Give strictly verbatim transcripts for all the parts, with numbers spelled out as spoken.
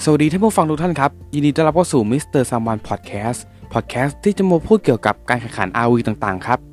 สวัสดีท่านผู้ฟังทุกท่านครับยินดีต้อนรับเข้าสู่มิสเตอร์ซัมวันพอดแคสต์พอดแคสต์ที่จะมาพูดเกี่ยวกับการแข่งขัน อาร์ โอ วี ต่างๆครับ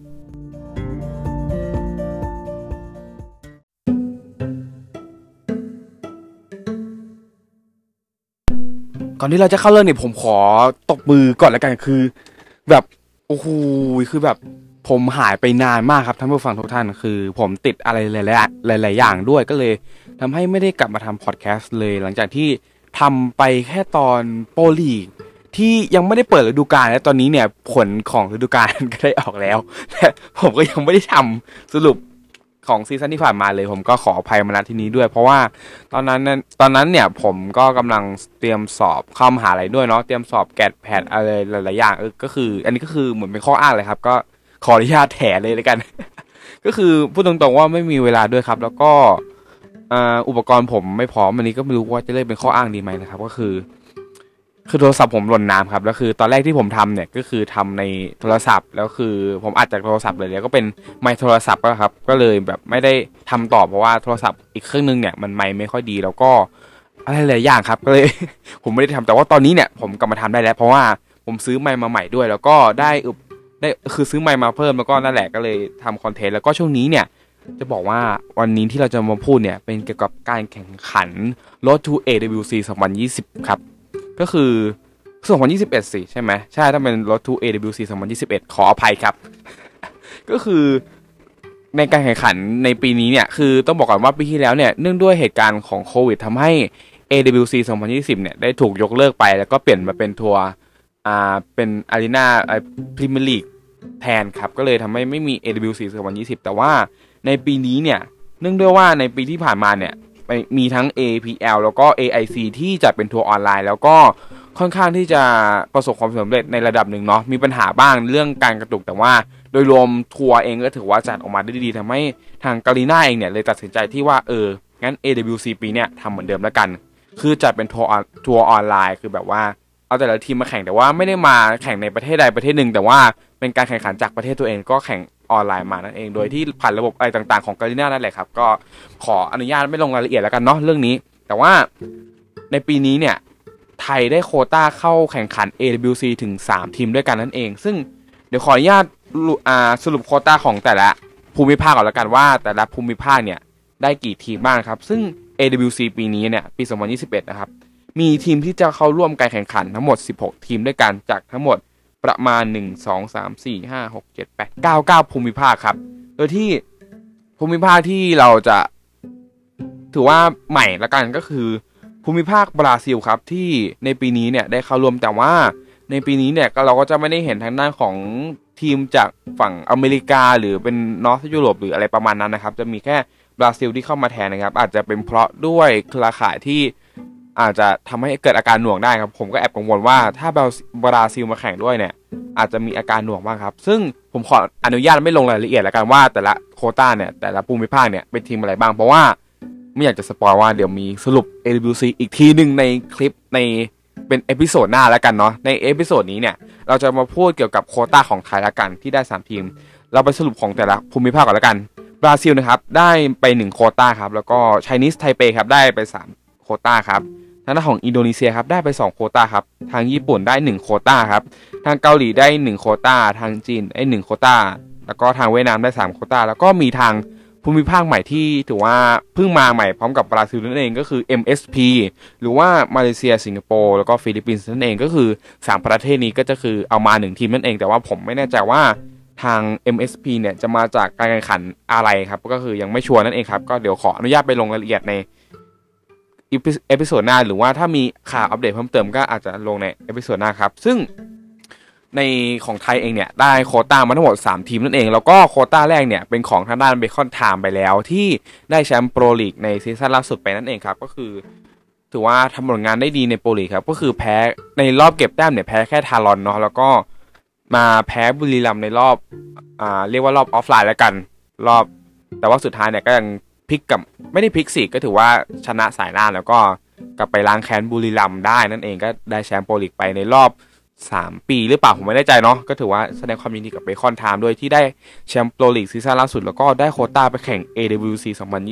ก่อนที่เราจะเข้าเรื่องเนี่ยผมขอตบมือก่อนแล้วกันคือแบบโอ้โหคือแบบผมหายไปนานมากครับท่านผู้ฟังทุกท่านคือผมติดอะไรหลายๆหลายๆอย่างด้วยก็เลยทำให้ไม่ได้กลับมาทำพอดแคสต์เลยหลังจากที่ทำไปแค่ตอนโปรลีกที่ยังไม่ได้เปิดฤดูกาลและตอนนี้เนี่ยผลของฤดูกาลก็ได้ออกแล้วแต่ผมก็ยังไม่ได้ทำสรุปของซีซั่นที่ผ่านมาเลยผมก็ขออภัยมาณที่นี้ด้วยเพราะว่าตอนนั้นตอนนั้นเนี่ยผมก็กำลังเตรียมสอบเข้ามหาลัยด้วยเนาะเตรียมสอบแกดแพดอะไรหลายๆอย่างเออก็คืออันนี้ก็คือเหมือนเป็นข้ออ้างเลยครับก็ขออนุญาตแถเลยเลยกัน ก็คือพูดตรงๆว่าไม่มีเวลาด้วยครับแล้วก็อุปกรณ์ผมไม่พร้อมอันนี้ก็ไม่รู้ว่าจะเรียกเป็นข้ออ้างดีไหมนะครับก็คือคือโทรศัพท์ผมหล่นน้ำครับแล้วคือตอนแรกที่ผมทำเนี่ยก็คือทำในโทรศัพท์แล้วคือผมอัดจากโทรศัพท์เลยแล้วก็เป็นไมค์โทรศัพท์ก็ครับก็เลยแบบไม่ได้ทำต่อเพราะว่าโทรศัพท์อีกเครื่องนึงเนี่ยมันไมค์ไม่ค่อยดีแล้วก็อะไรหลายอย่างครับก็เลย ผมไม่ได้ทำแต่ว่าตอนนี้เนี่ยผมกลับมาทำได้แล้วเพราะว่าผมซื้อไมค์มาใหม่ด้วยแล้วก็ได้ได้คือซื้อไมค์มาเพิ่มแล้วก็นั่นแหละก็เลยทำคอนเทนต์แล้วก็ช่วงนี้เนี่ยจะบอกว่าวันนี้ที่เราจะมาพูดเนี่ยเป็นเกี่ยวกับการแข่งขัน Road to เอ ดับเบิลยู ซี สองพันยี่สิบครับก็คือสองพันยี่สิบเอ็ดสิใช่ไหมใช่ถ้าเป็น Road to เอ ดับเบิลยู ซี สองพันยี่สิบเอ็ดขออภัยครับ ก็คือในการแข่งขันในปีนี้เนี่ยคือต้องบอกก่อนว่าปีที่แล้วเนี่ยเนื่องด้วยเหตุการณ์ของโควิดทำให้ เอ ดับเบิลยู ซี สองพันยี่สิบเนี่ยได้ถูกยกเลิกไปแล้วก็เปลี่ยนมาเป็นทัวร์อ่าเป็นอารีนาพรีเมียร์ลีกแทนครับก็เลยทำให้ไม่มี เอ ดับเบิลยู ซี สองพันยี่สิบแต่ว่าในปีนี้เนี่ยเนื่องด้วยว่าในปีที่ผ่านมาเนี่ยมีทั้ง เอ พี แอล แล้วก็ เอ ไอ ซี ที่จัดเป็นทัวร์ออนไลน์แล้วก็ค่อนข้างที่จะประสบความสำเร็จในระดับหนึ่งเนาะมีปัญหาบ้างเรื่องการกระตุกแต่ว่าโดยรวมทัวร์เองก็ถือว่าจัดออกมาได้ดีทำให้ทางการีน่าเองเนี่ยเลยตัดสินใจที่ว่าเอองั้น เอ ดับเบิลยู ซี ปีเนี่ยทำเหมือนเดิมแล้วกันคือจัดเป็นทัวร์ทัวร์ออนไลน์คือแบบว่าเอาแต่ละทีมมาแข่งแต่ว่าไม่ได้มาแข่งในประเทศใดประเทศหนึ่งแต่ว่าเป็นการแข่งขันจากประเทศตัวเองก็แข่งออนไลน์มานั่นเองโดยที่ผ่านระบบอะไรต่างๆของการีน่านั่นแหละครับก็ขออนุญาตไม่ลงรายละเอียดแล้วกันเนาะเรื่องนี้แต่ว่าในปีนี้เนี่ยไทยได้โควต้าเข้าแข่งขัน เอ ดับเบิลยู ซี ถึงสามทีมด้วยกันนั่นเองซึ่งเดี๋ยวขออนุญาตอ่าสรุปโควต้าของแต่ละภูมิภาคก่อนแล้วกันว่าแต่ละภูมิภาคเนี่ยได้กี่ทีมบ้างครับซึ่ง เอ ดับเบิลยู ซี ปีนี้เนี่ยปีสองพันยี่สิบเอ็ดนะครับมีทีมที่จะเข้าร่วมการแข่งขันทั้งหมดสิบหกทีมด้วยกันจากทั้งหมดประมาณหนึ่ง สอง สาม สี่ ห้า หก เจ็ด แปด เก้า เก้าภูมิภาคครับโดยที่ภูมิภาคที่เราจะถือว่าใหม่ละกันก็คือภูมิภาคบราซิลครับที่ในปีนี้เนี่ยได้เข้าร่วมแต่ว่าในปีนี้เนี่ยเราก็จะไม่ได้เห็นทางด้านของทีมจากฝั่งอเมริกาหรือเป็นนอร์ทยุโรปหรืออะไรประมาณนั้นนะครับจะมีแค่บราซิลที่เข้ามาแทนนะครับอาจจะเป็นเพราะด้วยเครือข่ายที่อาจจะทำให้เกิดอาการหน่วงได้ครับผมก็แอบกังวลว่าถ้าบราซิลมาแข่งด้วยเนี่ยอาจจะมีอาการหน่วงบ้างครับซึ่งผมขออนุญาตไม่ลงรายละเอียดแล้วกันว่าแต่ละโควต้าเนี่ยแต่ละภูมิภาคเนี่ยเป็นทีมอะไรบ้างเพราะว่าไม่อยากจะสปอยว่าเดี๋ยวมีสรุป เอ ดับเบิลยู ซี อีกทีหนึ่งในคลิปในเป็นเอพิโซดหน้าแล้วกันเนาะในเอพิโซดนี้เนี่ยเราจะมาพูดเกี่ยวกับโควต้าของไทยละกันที่ได้สามทีมเราไปสรุปของแต่ละภูมิภาคก่อนละกันบราซิลนะครับได้ไปหนึ่งโควต้าครับแล้วก็ไชนีสไทเปครับได้ไปสามโควต้าครับทางด้านของอินโดนีเซียครับได้ไปสองโควต้าครับทางญี่ปุ่นได้หนึ่งโควต้าครับทางเกาหลีได้หนึ่งโควต้าทางจีนได้หนึ่งโควต้าแล้วก็ทางเวียดนามได้สามโควต้าแล้วก็มีทางภูมิภาคใหม่ที่ถือว่าเพิ่งมาใหม่พร้อมกับบราซิลนั่นเองก็คือ เอ็ม เอส พี หรือว่ามาเลเซียสิงคโปร์แล้วก็ฟิลิปปินส์นั่นเองก็คือสามประเทศนี้ก็จะคือเอามาหนึ่งทีมนั่นเองแต่ว่าผมไม่แน่ใจว่าทาง เอ็ม เอส พี เนี่ยจะมาจากการแข่งขันอะไรครับก็คือยังไม่ชัวร์นั่นเองครับก็เดี๋ยวขออนุญาตไปลงรายละเอียดในเอพิโซดหน้าหรือว่าถ้ามีข่าวอัปเดตเพิ่มเติมก็อาจจะลงในเอพิโซดหน้าครับซึ่งในของไทยเองเนี่ยได้โควต้ามาทั้งหมดสามทีมนั่นเองแล้วก็โควต้าแรกเนี่ยเป็นของทางด้านเบคอนไทม์ไปแล้วที่ได้แชมป์โปรลีกในซีซั่นล่าสุดไปนั่นเองครับก็คือถือว่าทำผลงานได้ดีในโปรลีกครับก็คือแพ้ในรอบเก็บแต้มเนี่ยแพ้แค่ทารอนเนาะแล้วก็มาแพ้บุรีรัมย์ในรอบอ่าเรียกว่ารอบออฟไลน์แล้วกันรอบแต่ว่าสุดท้ายเนี่ยก็ยังพลิกกับไม่ได้พลิกสิก็ถือว่าชนะสายหน้าแล้วก็กลับไปล้างแค้นบุรีรัมย์ได้นั่นเองก็ได้แชมป์โปรลีกไปในรอบสามปีหรือเปล่าผมไม่แน่ใจเนาะก็ถือว่าแสดงความยินดีกับเบคอนไทม์ด้วยที่ได้แชมป์โปรลีกซีซั่นล่าสุดแล้วก็ได้โควต้าไปแข่ง เอ ดับเบิลยู ซี สองพันยี่สิบ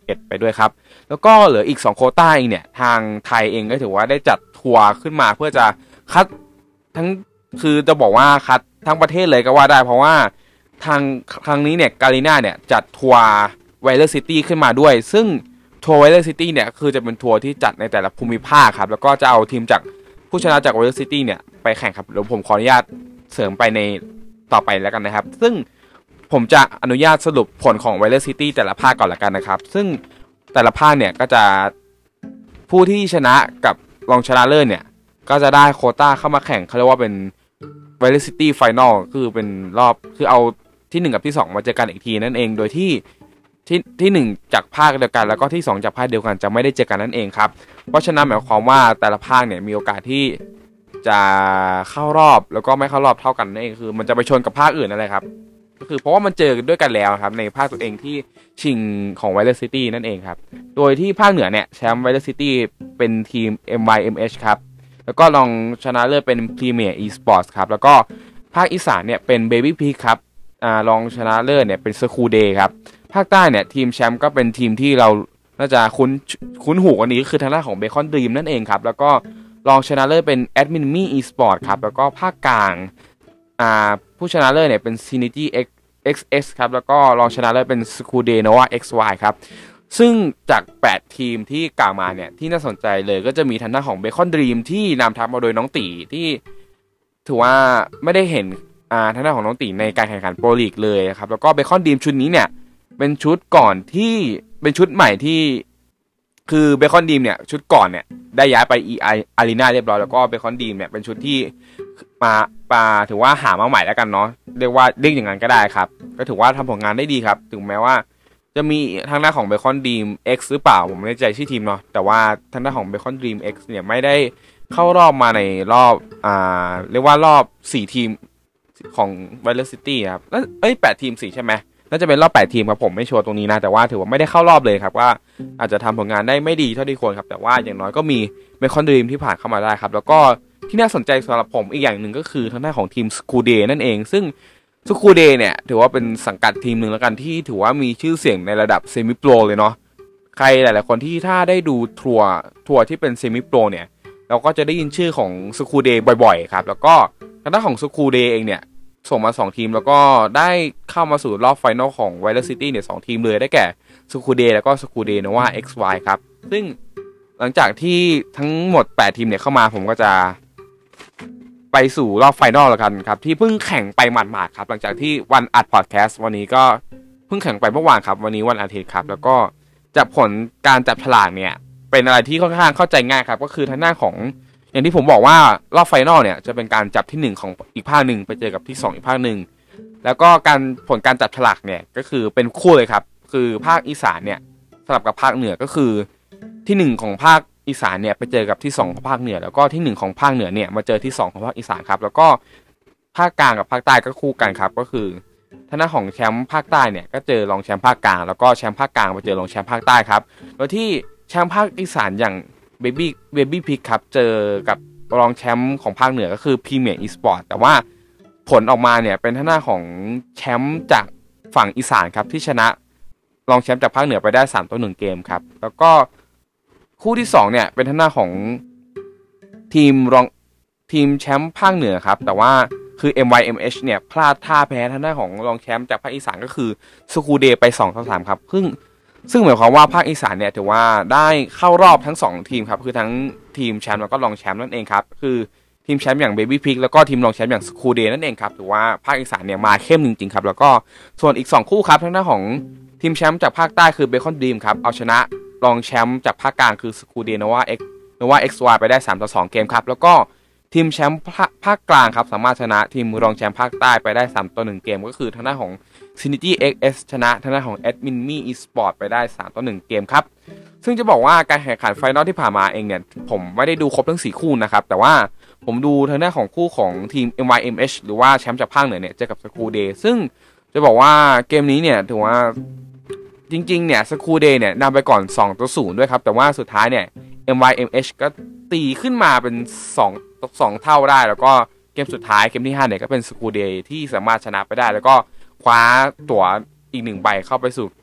อ็ดไปด้วยครับแล้วก็เหลืออีกสองโควต้าเองเนี่ยทางไทยเองก็ถือว่าได้จัดทัวร์ขึ้นมาเพื่อจะคัดทั้งคือจะบอกว่าคัดทั้งประเทศเลยก็ว่าได้เพราะว่าทางครั้งนี้เนี่ยการีนาเนี่ยจัดทัวร์ไวเลอร์ซิตี้ขึ้นมาด้วยซึ่งทัวร์ไวเลอร์ซิตี้เนี่ยคือจะเป็นทัวร์ที่จัดในแต่ละภูมิภาคครับแล้วก็จะเอาทีมจากผู้ชนะจากไวเลอร์ซิตี้เนี่ยไปแข่งครับเดี๋ยวผมขออนุญาตเสริมไปในต่อไปแล้วกันนะครับซึ่งผมจะอนุญาตสรุปผลของไวเลอร์ซิตี้แต่ละภาคก่อนละกันนะครับซึ่งแต่ละภาคเนี่ยก็จะผู้ที่ชนะกับรองชนะเลิศเนี่ยก็จะได้โควต้าเข้ามาแข่งเขาเรียกว่าเป็นไวเลอร์ซิตี้ไฟนอลคือเป็นรอบคือเอาที่หนึ่งกับที่สองมาเจอกันอีกทีนั่นเองโดยที่ที่ที่หนึ่งจากภาคเดียวกันแล้วก็ที่สองจากภาคเดียวกันจะไม่ได้เจอกันนั่นเองครับเพราะฉะนั้นหมายความว่าแต่ละภาคเนี่ยมีโอกาสที่จะเข้ารอบแล้วก็ไม่เข้ารอบเท่ากันนั่นเองคือมันจะไปชนกับภาคอื่นนั่นแหละครับก็คือเพราะว่ามันเจอด้วยกันแล้วครับในภาคตัวเองที่ชิงของไวเลอร์ซิตี้นั่นเองครับโดยที่ภาคเหนือเนี่ยแชมป์ไวเลอร์ซิตี้เป็นทีม เอ็ม วาย เอ็ม เอช ครับแล้วก็รองชนะเลิศเป็น Premier Esports ครับแล้วก็ภาคอีสานเนี่ยเป็น Baby Pig ครับอ่ารองชนะเลิศเนี่ยเป็น School Day ครับภาคใต้เนี่ยทีมแชมป์ก็เป็นทีมที่เราน่าจะคุ้นคุ้นหูกันนี้คือทางด้านของ Bacon Dream นั่นเองครับแล้วก็รองชนะเลิศเป็น Admin Me Esports ครับแล้วก็ภาคกลางอ่าผู้ชนะเลิศเนี่ยเป็น Synergy X เอ็กซ์ เอส ครับแล้วก็รองชนะเลิศเป็น School Day Nova เอ็กซ์ วาย ครับซึ่งจากแปดทีมที่กล่าวมาเนี่ยที่น่าสนใจเลยก็จะมีทางด้านของ Bacon Dream ที่นำทัพมาโดยน้องตีที่ถือว่าไม่ได้เห็นอ่าทางด้านของน้องตีในการแข่งขันโปรลีกเลยครับแล้วก็ Bacon Dream ชุดนี้เนี่ยเป็นชุดก่อนที่เป็นชุดใหม่ที่คือ Bacon Dream เนี่ยชุดก่อนเนี่ยได้ย้ายไป อี ไอ Arena เรียบร้อยแล้วก็ Bacon Dream เนี่ยเป็นชุดที่มาปาถือว่าหามาใหม่แล้วกันเนาะเรียกว่าเรียกอย่างนั้นก็ได้ครับก็ถือว่าทำผลงานได้ดีครับถึงแม้ว่าจะมีทางด้านของ Bacon Dream X หรือเปล่าผมไม่แน่ใจชื่อทีมเนาะแต่ว่าทางด้านของ Bacon Dream X เนี่ยไม่ได้เข้ารอบมาในรอบอ่าเรียกว่ารอบสี่ทีมของ Velocity ครับเอ้ยแปดทีมสี่ใช่ไหมน่าจะเป็นรอบแปดทีมครับผมไม่ชัวร์ตรงนี้นะแต่ว่าถือว่าไม่ได้เข้ารอบเลยครับว่าอาจจะทำผลงานได้ไม่ดีเท่าที่ควรครับแต่ว่าอย่างน้อยก็มี Bacon Dream ที่ผ่านเข้ามาได้ครับแล้วก็ที่น่าสนใจสำหรับผมอีกอย่างหนึ่งก็คือทางด้านของทีม School Day นั่นเองซึ่ง School Day เนี่ยถือว่าเป็นสังกัดทีมหนึ่งแล้วกันที่ถือว่ามีชื่อเสียงในระดับเซมิโปรเลยเนาะใครหลายๆคนที่ถ้าได้ดูทัวร์ทัวร์ที่เป็นเซมิโปรเนี่ยเราก็จะได้ยินชื่อของ School Day บ่อยๆครับแล้วก็ทางด้านของ School Day เองเนี่ยส่งมาสองทีมแล้วก็ได้เข้ามาสู่รอบไฟนอลของ Velocity เนี่ยสองทีมเลยได้แก่ School Day แล้วก็ School Day Nova เอ็กซ์ วาย ครับซึ่งหลังจากที่ทั้งหมดแปดทีมเนี่ยเข้ามาผมก็จะไปสู่รอบไฟนอลแล้วกันครับที่เพิ่งแข่งไปหมาดๆครับหลังจากที่วันอัดพอดแคสต์วันนี้ก็เพิ่งแข่งไปเมื่อวานครับวันนี้วันอาทิตย์ครับแล้วก็จับผลการจับฉลากเนี่ยเป็นอะไรที่ค่อนข้างเข้าใจง่ายครับก็คือทางหน้าของอย่างที่ผมบอกว่ารอบไฟนอลเนี่ยจะเป็นการจับที่หนึ่งของอีกภาคหนึ่งไปเจอกับที่สองอีกภาคหนึ่งแล้วก็การผลการจับฉลากเนี่ยก็คือเป็นคู่เลยครับคือภาคอีสานเนี่ยสลับกับภาคเหนือก็คือที่หนึ่งของภาคอีสานเนี่ยไปเจอกับที่สองของภาคเหนือแล้วก็ที่หนึ่งของภาคเหนือเนี่ยมาเจอที่สองของภาคอีสานครับแล้วก็ภาคกลางกับภาคใต้ก็คู่กันครับก็คือทางด้านของแชมป์ภาคใต้เนี่ยก็เจอรองแชมป์ภาคกลางแล้วก็แชมป์ภาคกลางไปเจอรองแชมป์ภาคใต้ครับโดยที่แชมป์ภาคอีสานอย่าง Baby Baby Pig ครับเจอกับรองแชมป์ของภาคเหนือก็คือ Premier Esports แต่ว่าผลออกมาเนี่ยเป็นทางด้านของแชมป์จากฝั่งอีสานครับที่ชนะรองแชมป์จากภาคเหนือไปได้สามต่อหนึ่งเกมครับแล้วก็คู่ที่สองเนี่ยเป็นทางด้านของทีมรองทีมแชมป์ภาคเหนือครับแต่ว่าคือ เอ็ม วาย เอ็ม เอช เนี่ยพลาดท่าแพ้ทางด้านของรองแชมป์จากภาคอีสานก็คือ School Day ไปสองต่อสามครับซึ่งซึ่งหมายความว่าภาคอีสานเนี่ยถือว่าได้เข้ารอบทั้งสองทีมครับคือทั้งทีมแชมป์แล้วก็รองแชมป์นั่นเองครับคือทีมแชมป์อย่าง Baby Pig แล้วก็ทีมรองแชมป์อย่าง School Day นั่นเองครับถือว่าภาคอีสานเนี่ยมาเข้มจริงๆครับแล้วก็ส่วนอีกสองคู่ครับทางด้านของทีมแชมป์จากภาคใต้คือ Bacon Dream ครับเอาชนะรองแชมป์จากภาคกลางคือ School Day Nova X Nova เอ็กซ์ วาย ไปได้สามต่อสองเกมครับแล้วก็ทีมแชมป์ภาคกลางครับสามารถชนะทีมรองแชมป์ภาคใต้ไปได้สามต่อหนึ่งเกมก็คือทางด้านของ Synergy เอ็กซ์ เอส ชนะทางด้านของ Admin Me Esports ไปได้สามต่อหนึ่งเกมครับซึ่งจะบอกว่าการแข่งขันไฟนอลที่ผ่านมาเองเนี่ยผมไม่ได้ดูครบทั้งสี่คู่นะครับแต่ว่าผมดูทางด้านของคู่ของทีม เอ็ม วาย เอ็ม เอช หรือว่าแชมป์จากภาคเหนือเนี่ยเจอกับ School Day ซึ่งจะบอกว่าเกมนี้เนี่ยถือว่าจริงๆเนี่ย School Day เนี่ยนำไปก่อนสองต่อศูนย์ด้วยครับแต่ว่าสุดท้ายเนี่ย เอ็ม วาย เอ็ม เอช ก็ตีขึ้นมาเป็นสองต่อสองเท่าได้แล้วก็เกมสุดท้ายเกมที่ห้าเนี่ยก็เป็น School Day ที่สามารถชนะไปได้แล้วก็คว้าตั๋วอีกหนึ่งใบเข้าไปสู่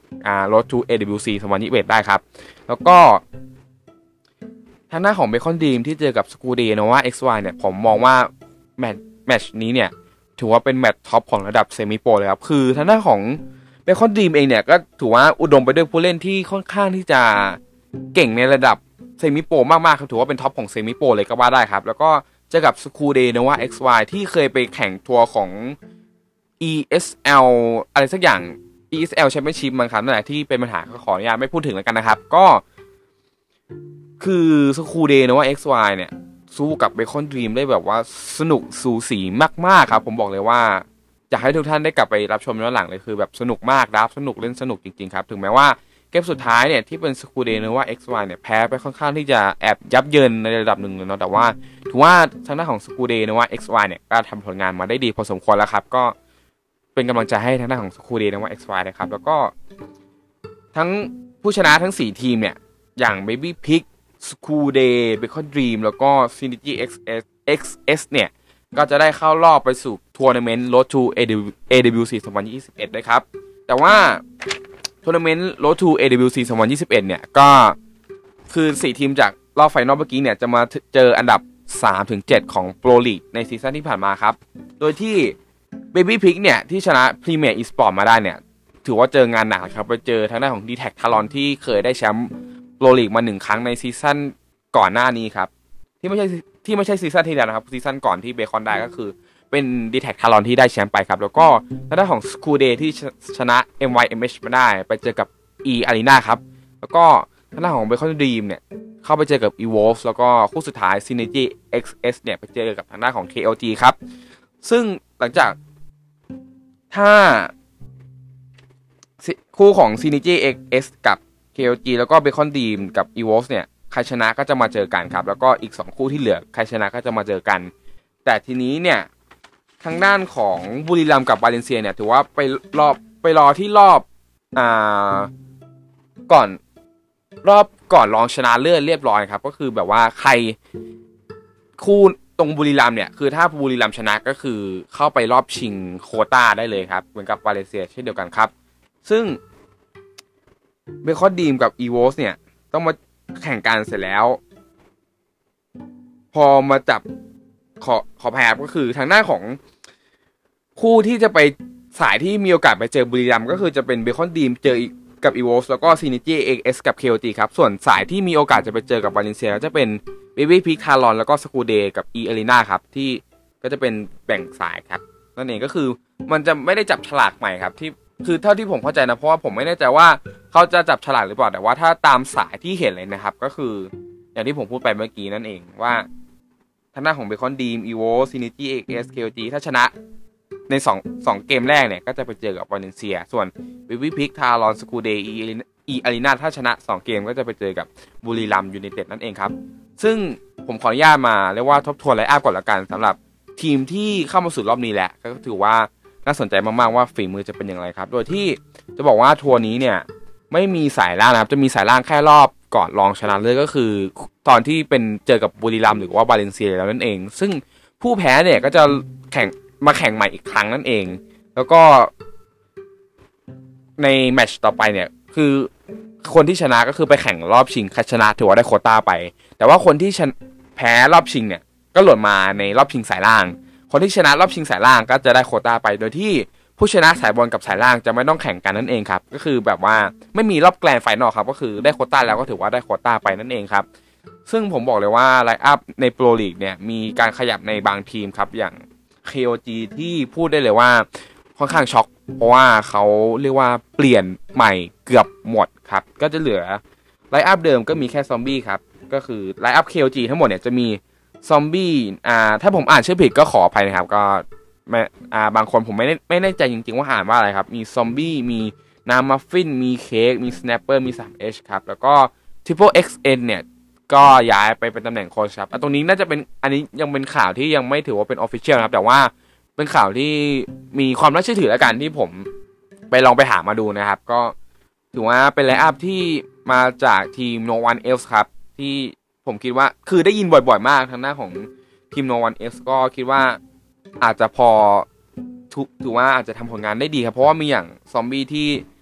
อ่า Road to เอ ดับเบิลยู ซี สองพันยี่สิบเอ็ดได้ครับแล้วก็ทางหน้าของ Bacon Dream ที่เจอกับ Skull Nova เอ็กซ์ วาย เนี่ยผมมองว่าแมตช์แมตช์นี้เนี่ยถือว่าเป็นแมตช์ท็อปของระดับเซมิโปรเลยครับคือทางหน้าของ Bacon Dream เองเนี่ยก็ถือว่าอุดมไปด้วยผู้เล่นที่ค่อนข้างที่จะเก่งในระดับเซมิโปรมากๆครับถือว่าเป็นท็อปของเซมิโปรเลยก็ว่าได้ครับแล้วก็เจอกับ Skull Nova เอ็กซ์ วาย ที่เคยไปแข่งทัวร์ของ อี เอส แอล อะไรสักอย่าง อี เอส แอล Championship มั้งครับนั่นแหละที่เป็นปัญหาขออนุญาตไม่พูดถึงแล้วกันนะครับก็คือสคูเดย์นะว่า เอ็กซ์ วาย เนี่ยสู้กับ Bacon Dream ได้แบบว่าสนุกสูสีมากๆครับผมบอกเลยว่าอยากให้ทุกท่านได้กลับไปรับชมย้อนหลังเลยคือแบบสนุกมากรับสนุกเล่นสนุกจริงๆครับถึงแม้ว่าเกมสุดท้ายเนี่ยที่เป็นสคูเดย์นะว่า เอ็กซ์ วาย เนี่ยแพ้ไปค่อนข้างที่จะแอบยับเยินในระดับหนึ่งเลยเนาะแต่ว่าถือว่าทางด้านของสคูเดย์นะว่า เอ็กซ์ วาย เนี่ยก็ทำผลงานมาได้ดีพอสมควรแล้วครับก็เป็นกำลังใจให้ทางด้านของสคูเดย์นะว่า เอ็กซ์ วาย นะครับแล้วก็ทั้งผู้ชนะทั้งสี่ทีมเนี่ยอย่าง Baby Pig Skull Day Bacon Dream แล้วก็ Synergy เอ็กซ์ เอส เนี่ยก็จะได้เข้ารอบไปสู่ทัวร์นาเมนต์ Road to เอ ดับเบิลยู ซี สองพันยี่สิบเอ็ดด้วยครับแต่ว่าทัวร์นาเมนต์ Road to เอ ดับเบิลยู ซี สองพันยี่สิบเอ็ดเนี่ยก็คือสี่ทีมจากรอบไฟนอลเมื่อกี้เนี่ยจะมาเจออันดับ สามถึงเจ็ด ของ Pro League ในซีซั่นที่ผ่านมาครับโดยที่ Baby Pig เนี่ยที่ชนะ Premier Esport มาได้เนี่ยถือว่าเจองานหนักครับไปเจอทางด้านของ ดี แท็ก Talon ที่เคยได้แชมป์โปรลีกมาหนึ่งครั้งในซีซั่นก่อนหน้านี้ครับที่ไม่ใช่ที่ไม่ใช่ซีซั่นที่แล้วนะครับซีซั่นก่อนที่เบคอนได้ก็คือเป็น ดี แท็ก Talon ที่ได้แชมป์ไปครับแล้วก็ทางด้านของ Skull Day ที่ชนะ เอ็ม วาย เอ็ม เอช มาได้ไปเจอกับ E Arena ครับแล้วก็ทางด้านของ Bacon Dream เนี่ยเข้าไปเจอกับ Evolve แล้วก็คู่สุดท้าย Synergy เอ็กซ์ เอส เนี่ยไปเจอกับทางด้านของ เค แอล จี ครับซึ่งหลังจากถ้าคู่ของ Synergy เอ็กซ์ เอส กับ เค แอล จี แล้วก็ Bacon Dream กับ Evolve เนี่ยใครชนะก็จะมาเจอกันครับแล้วก็อีกสองคู่ที่เหลือใครชนะก็จะมาเจอกันแต่ทีนี้เนี่ยทางด้านของบุรีรัมย์กับบาเลนเซียเนี่ยถือว่าไปรอบไปรอที่รอบอ่าก่อนรอบก่อนรองชนะเลิศเรียบร้อยครับก็คือแบบว่าใครคู่ตรงบุรีรัมย์เนี่ยคือถ้าบุรีรัมย์ชนะก็คือเข้าไปรอบชิงโควต้าได้เลยครับเหมือนกับบาเลนเซียเช่นเดียวกันครับซึ่งเบคอนดีมกับ Evolve เนี่ยต้องมาแข่งกันเสร็จแล้วพอมาจับขอขอแพ้ก็คือทางหน้าของคู่ที่จะไปสายที่มีโอกาสไปเจอบุรีรัมย์ก็คือจะเป็นเบคอนดีมเจอกับ Evolve แล้วก็ Synergy เอ็กซ์ เอส กับ เค แอล จี ครับส่วนสายที่มีโอกาสจะไปเจอกับบาเลนเซียก็จะเป็น Baby Pig Talon แล้วก็ Skull Day กับ E Arena ครับที่ก็จะเป็นแบ่งสายครับนั่นเองก็คือมันจะไม่ได้จับฉลากใหม่ครับที่คือเท่าที่ผมเข้าใจนะเพราะว่าผมไม่แน่ใจว่าเขาจะจับฉลากหรือเปล่าแต่ว่าถ้าตามสายที่เห็นเลยนะครับก็คืออย่างที่ผมพูดไปเมื่อกี้นั่นเองว่าทางหน้าของ Bacon Dream Evolve Synergy เอ็กซ์ เอส เค แอล จี ถ้าชนะใน2 2เกมแรกเนี่ยก็จะไปเจอกับบาเลนเซียส่วน Baby Pig Talon Skull Day E Arena ถ้าชนะสองเกมก็จะไปเจอกับบุรีรัมย์ยูไนเต็ดนั่นเองครับซึ่งผมขออนุญาตมาเรียกว่าทบทวนไลน์อัพก่อนละกันสำหรับทีมที่เข้ามาสู่รอบนี้แหละก็ถือว่าน่าสนใจมากๆว่าฝีมือจะเป็นอย่างไรครับโดยที่จะบอกว่าทัวร์นี้เนี่ยไม่มีสายล่างนะครับจะมีสายล่างแค่รอบก่อนรองชนะเลิศก็คือตอนที่เป็นเจอกับบุรีรัมย์หรือว่าบาเลนเซียแล้วนั่นเองซึ่งผู้แพ้เนี่ยก็จะแข่งมาแข่งใหม่อีกครั้งนั่นเองแล้วก็ในแมตช์ต่อไปเนี่ยคือคนที่ชนะก็คือไปแข่งรอบชิงใครชนะถือว่าได้โควต้าไปแต่ว่าคนที่แพ้รอบชิงเนี่ยก็หล่นมาในรอบชิงสายล่างคนที่ชนะรอบชิงสายล่างก็จะได้โควต้าไปโดยที่ผู้ชนะสายบนกับสายล่างจะไม่ต้องแข่งกันนั่นเองครับก็คือแบบว่าไม่มีรอบแกรนด์ไฟนอลครับก็คือได้โควต้าแล้วก็ถือว่าได้โควต้าไปนั่นเองครับซึ่งผมบอกเลยว่าไลน์อัพในโปรลีกเนี่ยมีการขยับในบางทีมครับอย่าง เค โอ จี ที่พูดได้เลยว่าค่อนข้างช็อกเพราะว่าเขาเรียกว่าเปลี่ยนใหม่เกือบหมดครับก็จะเหลือไลน์อัพเดิมก็มีแค่ซอมบี้ครับก็คือไลน์อัพ เค โอ จี ทั้งหมดเนี่ยจะมีซอมบี้อ่าถ้าผมอ่านชื่อผิดก็ขออภัยนะครับก็ไม่อ่าบางคนผมไม่ได้ไม่แน่ใจจริงๆว่าอ่านว่าอะไรครับมีซอมบี้มีน้ำมัฟฟินมีเค้กมีสแนปเปอร์มี ทรี เอช ครับแล้วก็ Triple เอ็กซ์ เอ็น เนี่ยก็ย้ายไปเป็นตำแหน่งโค้ชครับตรงนี้น่าจะเป็นอันนี้ยังเป็นข่าวที่ยังไม่ถือว่าเป็น Official นะครับแต่ว่าเป็นข่าวที่มีความน่าเชื่อถือแล้วกันที่ผมไปลองไปหามาดูนะครับก็ถือว่าเป็นไลน์อัพที่มาจากทีม No One Else ครับที่ผมคิดว่าคือได้ยินบ่อยๆมากทางหน้าของทีม No One Else ก็คิดว่าอาจจะพอถือว่าอาจจะทำผลงานได้ดีครับเพราะว่ามีอย่างซอมบี้ที่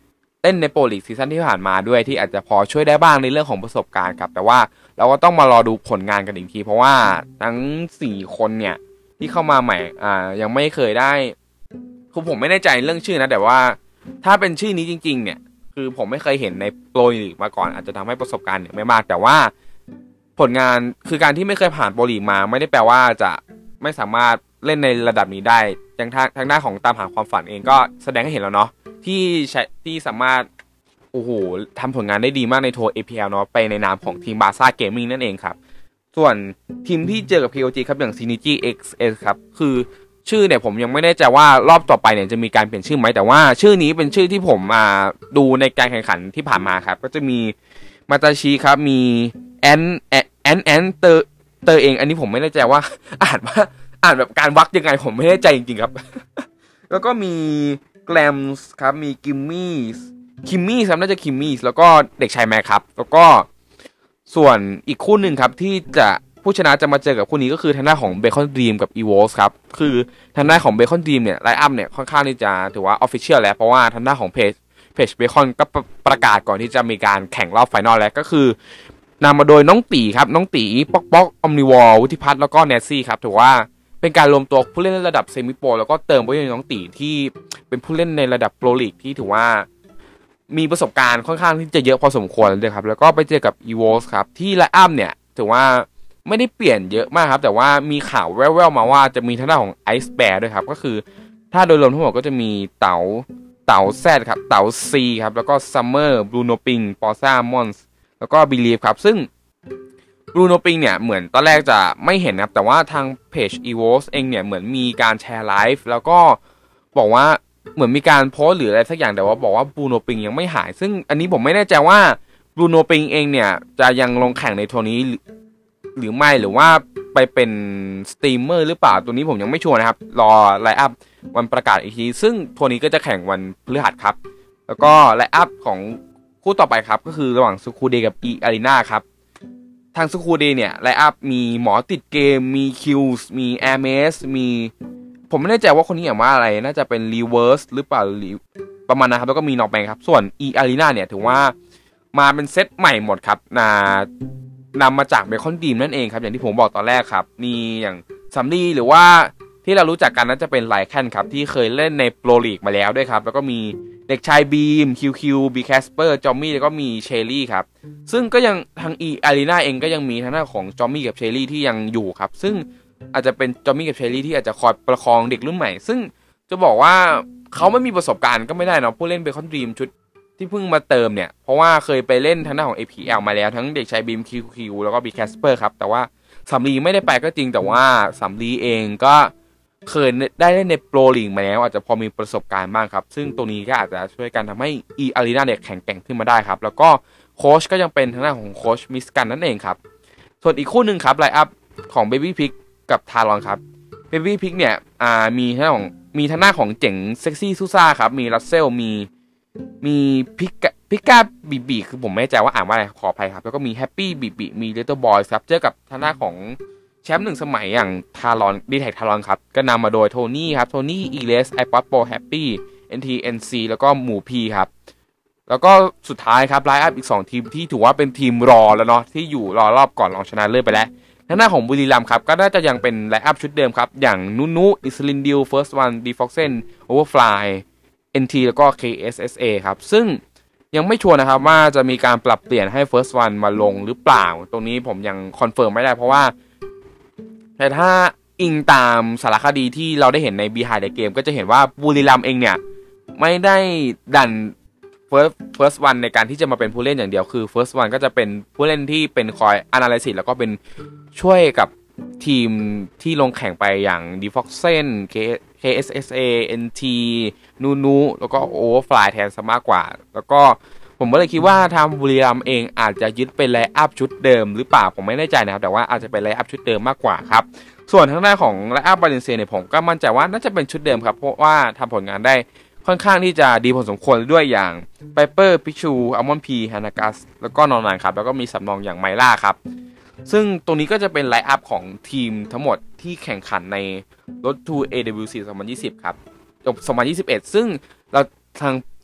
เล่นในโปรลีกซีซั่นที่ผ่านมาด้วยที่อาจจะพอช่วยได้บ้างในเรื่องของประสบการณ์ครับแต่ว่าเราก็ต้องมารอดูผลงานกันอีกทีเพราะว่าทั้งสี่คนเนี่ยที่เข้ามาใหม่อ่ายังไม่เคยได้คือผมไม่แน่ใจเรื่องชื่อนะแต่ว่าถ้าเป็นชื่อนี้จริงๆเนี่ยคือผมไม่เคยเห็นในโปรลีกมาก่อนอาจจะทำให้ประสบการณ์เนี่ยไม่มากแต่ว่าผลงานคือการที่ไม่เคยผ่านโปรลีกมาไม่ได้แปลว่าจะไม่สามารถเล่นในระดับนี้ได้อย่างทางทางด้านของตามหาความฝันเองก็แสดงให้เห็นแล้วเนาะที่ใช้ที่สามารถโอ้โหทำผลงานได้ดีมากในทัวร์ เอ พี แอล เนาะไปในนามของทีมบาร์ซ่าเกมมิ่งนั่นเองครับส่วนทีมที่เจอกับ พี โอ จี ครับอย่าง Synergy เอ็กซ์ เอส ครับคือชื่อเนี่ยผมยังไม่แน่ใจว่ารอบต่อไปเนี่ยจะมีการเปลี่ยนชื่อไหมแต่ว่าชื่อนี้เป็นชื่อที่ผมมาดูในการแข่งขันที่ผ่านมาครับก็จะมีมาตาชิครับมีแอนแอนแอนเตอร์เตอร์เองอันนี้ผมไม่แน่ใจว่าอ่านว่าอ่านแบบการวักยังไงผมไม่แน่ใจจริงๆครับ แล้วก็มีแกลมส์ครับมีกิมมี่คิมมี่ครับน่าจะคิมมี่แล้วก็เด็กชายแม็กครับแล้วก็ส่วนอีกคู่หนึ่งครับที่จะผู้ชนะจะมาเจอกับคู่นี้ก็คือทางด้านของเบคอนดรีมกับอีโวสครับคือทางด้านของเบคอนดรีมเนี่ยไลน์อัพเนี่ยค่อนข้างที่จะถือว่าออฟฟิเชียลแล้วเพราะว่าทางด้านของเพจเพจเบคอนก็ประกาศก่อนที่จะมีการแข่งรอบไฟนอลแล้วก็คือนำมาโดยน้องตีครับน้องตีป๊อกป๊อกออมนิวอลวุฒิพัฒน์แล้วก็แนนซี่ครับถือว่าเป็นการรวมตัวผู้เล่นระดับเซมิโปรแล้วก็เติมไปด้วยน้องตีที่เป็นผู้เล่นในระดับโปรลีกที่ถือว่ามีประสบการณ์ค่อนข้างที่จะเยอะพอสมควรเลยครับแล้วก็ไปเจอกับอีโวสครับที่ไลน์อัพเนี่ยถือว่าไม่ได้เปลี่ยนเยอะมากครับแต่ว่ามีข่าวแว่วๆมาว่าจะมีทางด้านของไอซ์แบร์ด้วยครับก็คือถ้าโดยรวมทั้งหมดก็จะมีเต๋าเต๋าแซดครับเต๋าซีครับแล้วก็ซัมเมอร์บรูโนปิงปอซ่ามอนส์แล้วก็บิลีฟครับซึ่งบรูโนปิงเนี่ยเหมือนตอนแรกจะไม่เห็นครับแต่ว่าทางเพจ อี โว เอส เองเนี่ยเหมือนมีการแชร์ไลฟ์แล้วก็บอกว่าเหมือนมีการโพสต์หรืออะไรสักอย่างแต่ว่าบอกว่าบรูโนปิงยังไม่หายซึ่งอันนี้ผมไม่แน่ใจว่าบรูโนปิงเองเนี่ยจะยังลงแข่งในทัวร์นี้หรือไม่หรือว่าไปเป็นสตรีมเมอร์หรือเปล่าตัวนี้ผมยังไม่ชัวร์นะครับรอไลน์อัพวันประกาศอีกทีซึ่งทัวร์นี้ก็จะแข่งวันพฤหัสครับแล้วก็ไลน์อัพของคู่ต่อไปครับก็คือระหว่างซูคูเดกับอีอารีนาครับทางซูคูเดเนี่ยไลน์อัพมีหมอติดเกมมีคิวส์มีแอร์เมสมีผมไม่แน่ใจว่าคนนี้อ่านว่าอะไรน่าจะเป็นรีเวิร์สหรือเปล่าประมาณนะครับแล้วก็มีนอกแบงครับส่วนอีอารีนาเนี่ยถือว่ามาเป็นเซตใหม่หมดครับนานำมาจากเบคอนดีมนั่นเองครับอย่างที่ผมบอกตอนแรกครับมีอย่างซัมลี่หรือว่าที่เรารู้จักกันน่าจะเป็นไลแคนครับที่เคยเล่นในโปรลีกมาแล้วด้วยครับแล้วก็มีเด็กชายบีมคิวคิวบีแคสเปอร์จอมมี่แล้วก็มีเชลลี่ครับซึ่งก็ยังทางอีอารีนาเองก็ยังมีทางหน้าของจอมมี่กับเชลลี่ที่ยังอยู่ครับซึ่งอาจจะเป็นจอมมี่กับเชลลี่ที่อาจจะคอยประคองเด็กรุ่นใหม่ซึ่งจะบอกว่าเขาไม่มีประสบการณ์ก็ไม่ได้เนาะผู้เล่นเบคอนดีมชุดที่เพิ่งมาเติมเนี่ยเพราะว่าเคยไปเล่นทางด้านของ เอ พี แอล มาแล้วทั้งเด็กชายบีมคิวคิวแล้วก็บีแคสเปอร์ครับแต่ว่าสำลีไม่ได้ไปก็จริงแต่ว่าสำลีเองก็เคยได้เล่นในโปรลีกมาแล้วอาจจะพอมีประสบการณ์บ้างครับซึ่งตรงนี้ก็อาจจะช่วยกันทำให้อีอารีนาเด็กแข็งแกร่งขึ้นมาได้ครับแล้วก็โค้ชก็ยังเป็นทางด้านของโค้ชมิสกันนั่นเองครับส่วนอีกคู่หนึ่งครับไลน์อัพของเบบี้พิกกับทารอนครับเบบี้พิกเนี่ยอ่ามีทางด้านของมีทางด้านของเจ๋งเซ็กซี่ซูซ่าครับมีรัสเซลมีมีพิกพิก้าบีบีคือผมไม่แน่ใจว่าอ่านว่าอะไรขออภัยครับแล้วก็มีแฮปปี้บีบีมีลิตเติ้ลบอยครับเจอกับทางด้านของแชมป์หนึ่งสมัยอย่างทารอนดีแท็กทารอนครับก็นำมาโดยโทนี่ครับโทนี่อีเลสไอป๊อตโปรแฮปปี้เอ็นทีเอ็นซีแล้วก็หมูพีครับแล้วก็สุดท้ายครับไลน์อัพอีกสองทีมที่ถือว่าเป็นทีมรอแล้วเนาะที่อยู่รอรอบก่อนรองชนะเลิศไปแล้วทางหน้าของบุรีรัมย์ครับก็น่าจะยังเป็นไลน์อัพชุดเดิมครับอย่างนุนุอิสลินดิลเฟิร์สวันดีฟ็อกเซนโอเวอร์ฟลายเอ็น ที แล้วก็ เค เอส เอส เอ ครับซึ่งยังไม่ชัวร์นะครับว่าจะมีการปรับเปลี่ยนให้ First One มาลงหรือเปล่าตรงนี้ผมยังคอนเฟิร์มไม่ได้เพราะว่าแต่ถ้าอิงตามสารคดีที่เราได้เห็นใน Behind the Game ก็จะเห็นว่าบุรีรัมย์เองเนี่ยไม่ได้ดัน First First One ในการที่จะมาเป็นผู้เล่นอย่างเดียวคือ First One ก็จะเป็นผู้เล่นที่เป็นคอย Analysis แล้วก็เป็นช่วยกับทีมที่ลงแข่งไปอย่าง ดี ฟ็อกเซน เค เอส เอส เอ เอ็น ที นูนูแล้วก็ Overfly แทนซะมากกว่าแล้วก็ผมก็เลยคิดว่าทางบุรีรัมย์เองอาจจะยึดเป็นไลน์อัพชุดเดิมหรือเปล่าผมไม่แน่ใจนะครับแต่ว่าอาจจะเป็นไลน์อัพชุดเดิมมากกว่าครับส่วนทางด้านของไลน์อัพบาเลนเซียเนี่ยผมก็มั่นใจว่าน่าจะเป็นชุดเดิมครับเพราะว่าทำผลงานได้ค่อนข้างที่จะดีพอสมควรด้วยอย่างไพเปอร์พิชูอัลมอนพีฮานากัสแล้วก็นอนานครับแล้วก็มีสำรองอย่างไมล่าครับซึ่งตรงนี้ก็จะเป็นไลน์อัพของทีมทั้งหมดที่แข่งขันใน Road to เอ ดับเบิลยู ซี สองพันยี่สิบครับจบสองพันยี่สิบเอ็ดซึ่งเราทาง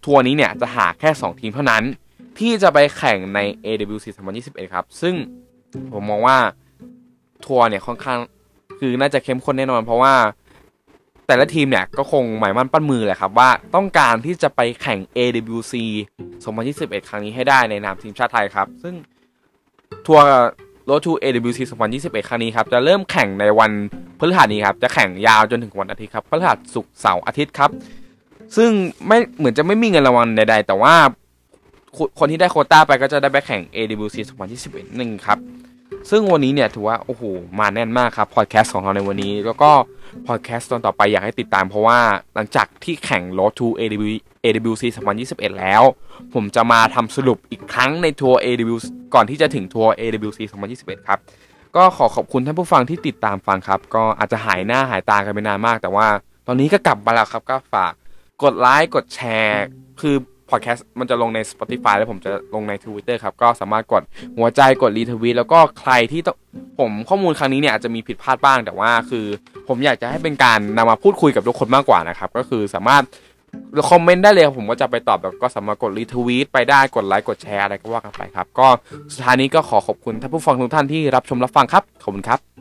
ทัวร์นี้เนี่ยจะหาแค่สองทีมเท่านั้นที่จะไปแข่งใน เอ ดับเบิลยู ซี สองพันยี่สิบเอ็ดครับซึ่งผมมองว่าทัวร์เนี่ยค่อนข้างคือน่าจะเข้มข้นแน่นอนเพราะว่าแต่ละทีมเนี่ยก็คงหมายมั่นปั้นมือแหละครับว่าต้องการที่จะไปแข่ง เอ ดับเบิลยู ซี สองพันยี่สิบเอ็ดครั้งนี้ให้ได้ในนามทีมชาติไทยครับซึ่งทัวร์ Road to เอ ดับเบิลยู ซี สองพันยี่สิบเอ็ดครั้งนี้ครับจะเริ่มแข่งในวันพฤหัสนี้ครับจะแข่งยาวจนถึงวันอาทิตย์ครับพฤหัสศุกร์เสาร์อาทิตย์ครับซึ่งไม่เหมือนจะไม่มีเงินรางวัลใดๆแต่ว่าคนที่ได้โควต้าไปก็จะได้ไปแข่ง เอ ดับเบิลยู ซี สองพันยี่สิบเอ็ดนึงครับซึ่งวันนี้เนี่ยถือว่าโอ้โหมาแน่นมากครับพอดแคสต์ของเราในวันนี้แล้วก็พอดแคสต์ตอนต่อไปอยากให้ติดตามเพราะว่าหลังจากที่แข่ง Road to เอ ดับเบิลยู ซี สองพันยี่สิบเอ็ดแล้วผมจะมาทำสรุปอีกครั้งในทัวร์ เอ ดับเบิลยู ก่อนที่จะถึงทัวร์ เอ ดับเบิลยู ซี สองพันยี่สิบเอ็ดครับก็ขอขอบคุณท่านผู้ฟังที่ติดตามฟังครับก็อาจจะหายหน้าหายตากันไปนานมากแต่ว่าตอนนี้ก็กลับมาแล้วครับก็ฝากกดไลค์กดแชร์คือพอดแคสต์มันจะลงใน Spotify แล้วผมจะลงใน Twitter ครับก็สามารถกดหัวใจกดรีทวีตแล้วก็ใครที่ต้องผมข้อมูลครั้งนี้เนี่ยอาจจะมีผิดพลาดบ้างแต่ว่าคือผมอยากจะให้เป็นการนำมาพูดคุยกับทุกคนมากกว่านะครับก็คือสามารถคอมเมนต์ได้เลยผมก็จะไปตอบแล้วก็สามารถกดรีทวีตไปได้กดไลค์กดแชร์อะไรก็ว่ากันไปครับก็สุดท้ายนี้ก็ขอขอบคุณท่านผู้ฟังทุกท่านที่รับชมรับฟังครับขอบคุณครับ